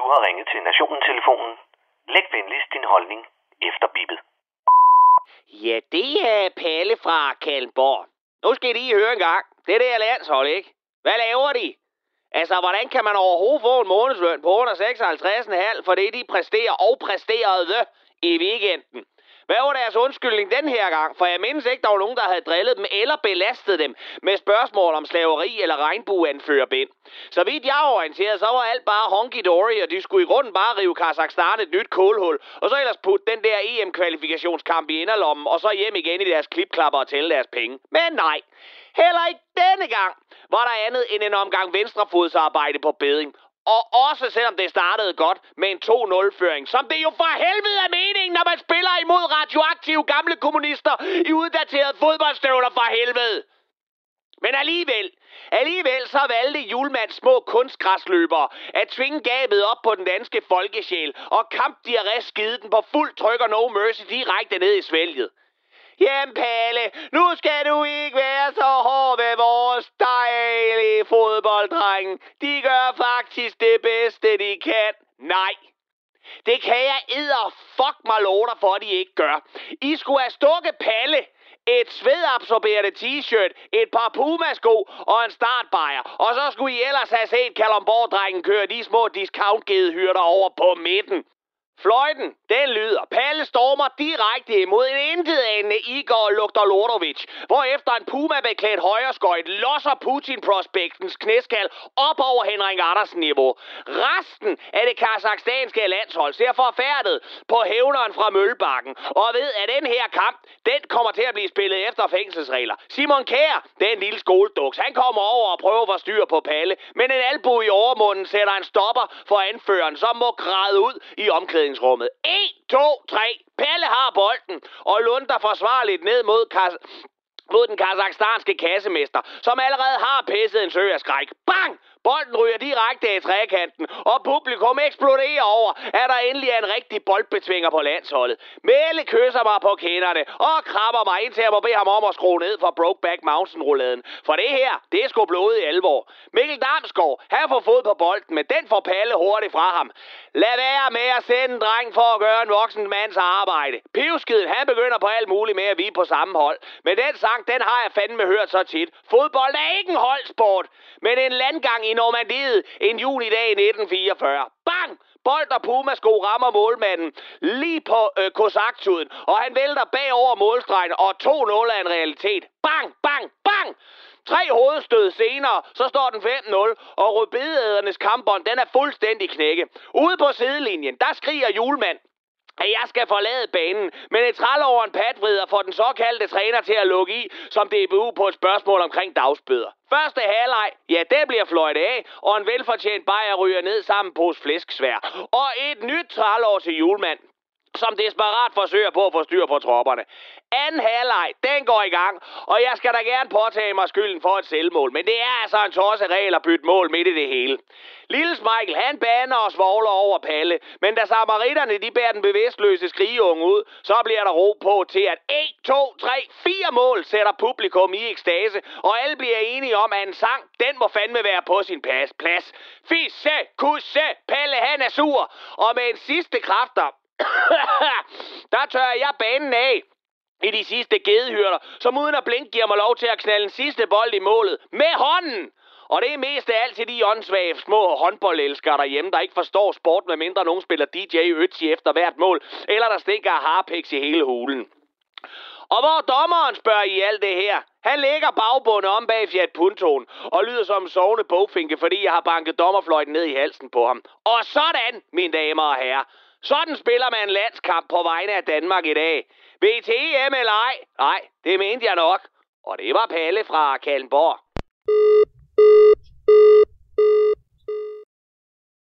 har ringet til Nationen-telefonen. Læg venligst din holdning efter bippet. Ja, det er Palle fra Kalundborg. Nu skal I lige høre en gang. Det er det her landshold, ikke? Hvad laver de? Altså, hvordan kan man overhovedet få en månedsløn på under 56,5 for det, de præsterer og præsterede i weekenden? Hvad var deres undskyldning den her gang? For jeg mindes ikke, der var nogen, der havde drillet dem eller belastet dem med spørgsmål om slaveri eller regnbueanførerbind. Så vidt jeg er orienteret, så var alt bare honky-dory, og de skulle i grunden bare rive Kazakhstan et nyt kålhul, og så ellers putte den der EM-kvalifikationskamp i inderlommen, og så hjem igen i deres klipklapper og tælle deres penge. Men nej, heller ikke denne gang var der andet end en omgang venstrefodsarbejde på beding. Og også selvom det startede godt med en 2-0-føring, som det jo for helvede er meningen, når man spiller imod radioaktive gamle kommunister i uddaterede fodboldstøvler for helvede. Men alligevel så valgte Hjulmands små kunstgræsløbere at tvinge gabet op på den danske folkesjæl og kampdiarré skide den på fuld tryk og no mercy direkte ned i svælget. Jamen Palle, nu skal du ikke være så hård ved vores dejlige fodbolddrenge. De gør faktisk det bedste, de kan. Nej, det kan jeg fuck mig love dig for, at de ikke gør. I skulle have stukket Palle et svedabsorberende t-shirt, et par Puma-sko og en startbajer. Og så skulle I ellers have set Kalundborg-drengen køre de små discount-gedehyrder over på midten. Fløjten, den lyder. Palle stormer direkte imod en intetanende Igor Lugdorlodovic, hvorefter en Puma-beklædt højreskøjt losser Putin-prospektens knæskal op over Henrik Andersen-niveau. Resten af det kazakhstanske landshold ser forfærdet på hævneren fra Møllebakken, og ved, at den her kamp, den kommer til at blive spillet efter fængselsregler. Simon Kjær, den lille skoleduks, han kommer over og prøver at få styr på Palle, men en albu i overmunden sætter en stopper for anføreren, som må græde ud i omklædningsrummet. 1, 2, 3. Palle har bolden og lunder forsvarligt ned mod den kazakhstanske kassemester, som allerede har pisset en sø af skræk. Bang! Bolden ryger direkte i trekanten, og publikum eksploderer over, at der endelig er en rigtig boldbetvinger på landsholdet. Melle kysser mig på kinderne og krabber mig indtil jeg må bede ham om at skrue ned for Brokeback Mountain-rulladen. For det her, det er sgu blodet i alvor. Mikkel Damsgaard, han får fod på bolden, men den får Palle hurtigt fra ham. Lad være med at sende en dreng for at gøre en voksen mands arbejde. Pivskiden, han begynder på alt muligt med at vi på samme hold. Men den sang, den har jeg fandme hørt så tit. Fodbold er ikke en holdsport, men en landgang i Normandiet en junidag i 1944. Bang! Bold og Puma-sko rammer målmanden lige på kosaktuden, og han vælter bagover målstregen, og 2-0 er en realitet. Bang! Bang! Bang! 3 hovedstød senere, så står den 5-0, og rødbedeædernes kampbånd, den er fuldstændig knække. Ude på sidelinjen, der skriger Hjulmand, at jeg skal forlade banen, men et træl over en patvrider får den såkaldte træner til at lukke i, som DBU på et spørgsmål omkring dagsbøder. Første halvleg, ja, det bliver fløjtet af, og en velfortjent bajer ryger ned sammen på flæsksvær. Og et nyt trælår til Hjulmand, som desperat forsøger på at få styr på tropperne. Anden halvleg, den går i gang, og jeg skal da gerne påtage mig skylden for et selvmål, men det er altså en tosset regel at bytte mål midt i det hele. Lille Michael, han baner og svogler over Palle, men da samaritterne, de bærer den bevidstløse skrigeunge ud, så bliver der ro på til, at 1, 2, 3, 4 mål sætter publikum i ekstase, og alle bliver enige om, at en sang, den må fandme være på sin plads. Fisse, kusse, Palle han er sur, og med en sidste kræfter, der tørrer jeg banen af i de sidste gedehyrder, som uden at blinke giver mig lov til at knalde en sidste bold i målet med hånden. Og det er mest af alt til de åndssvage små håndboldelskere derhjemme, der ikke forstår sport, medmindre nogen spiller DJ Ötzi efter hvert mål, eller der stikker harpiks i hele hulen. Og hvor dommeren spørger i alt det her, han lægger bagbundet om bag Fiat Puntoen og lyder som en sovende bogfinke, fordi jeg har banket dommerfløjten ned i halsen på ham. Og sådan, mine damer og herrer, sådan spiller man en landskamp på vegne af Danmark i dag. VTM eller ej? Nej, det mente jeg nok. Og det var Palle fra Kalundborg.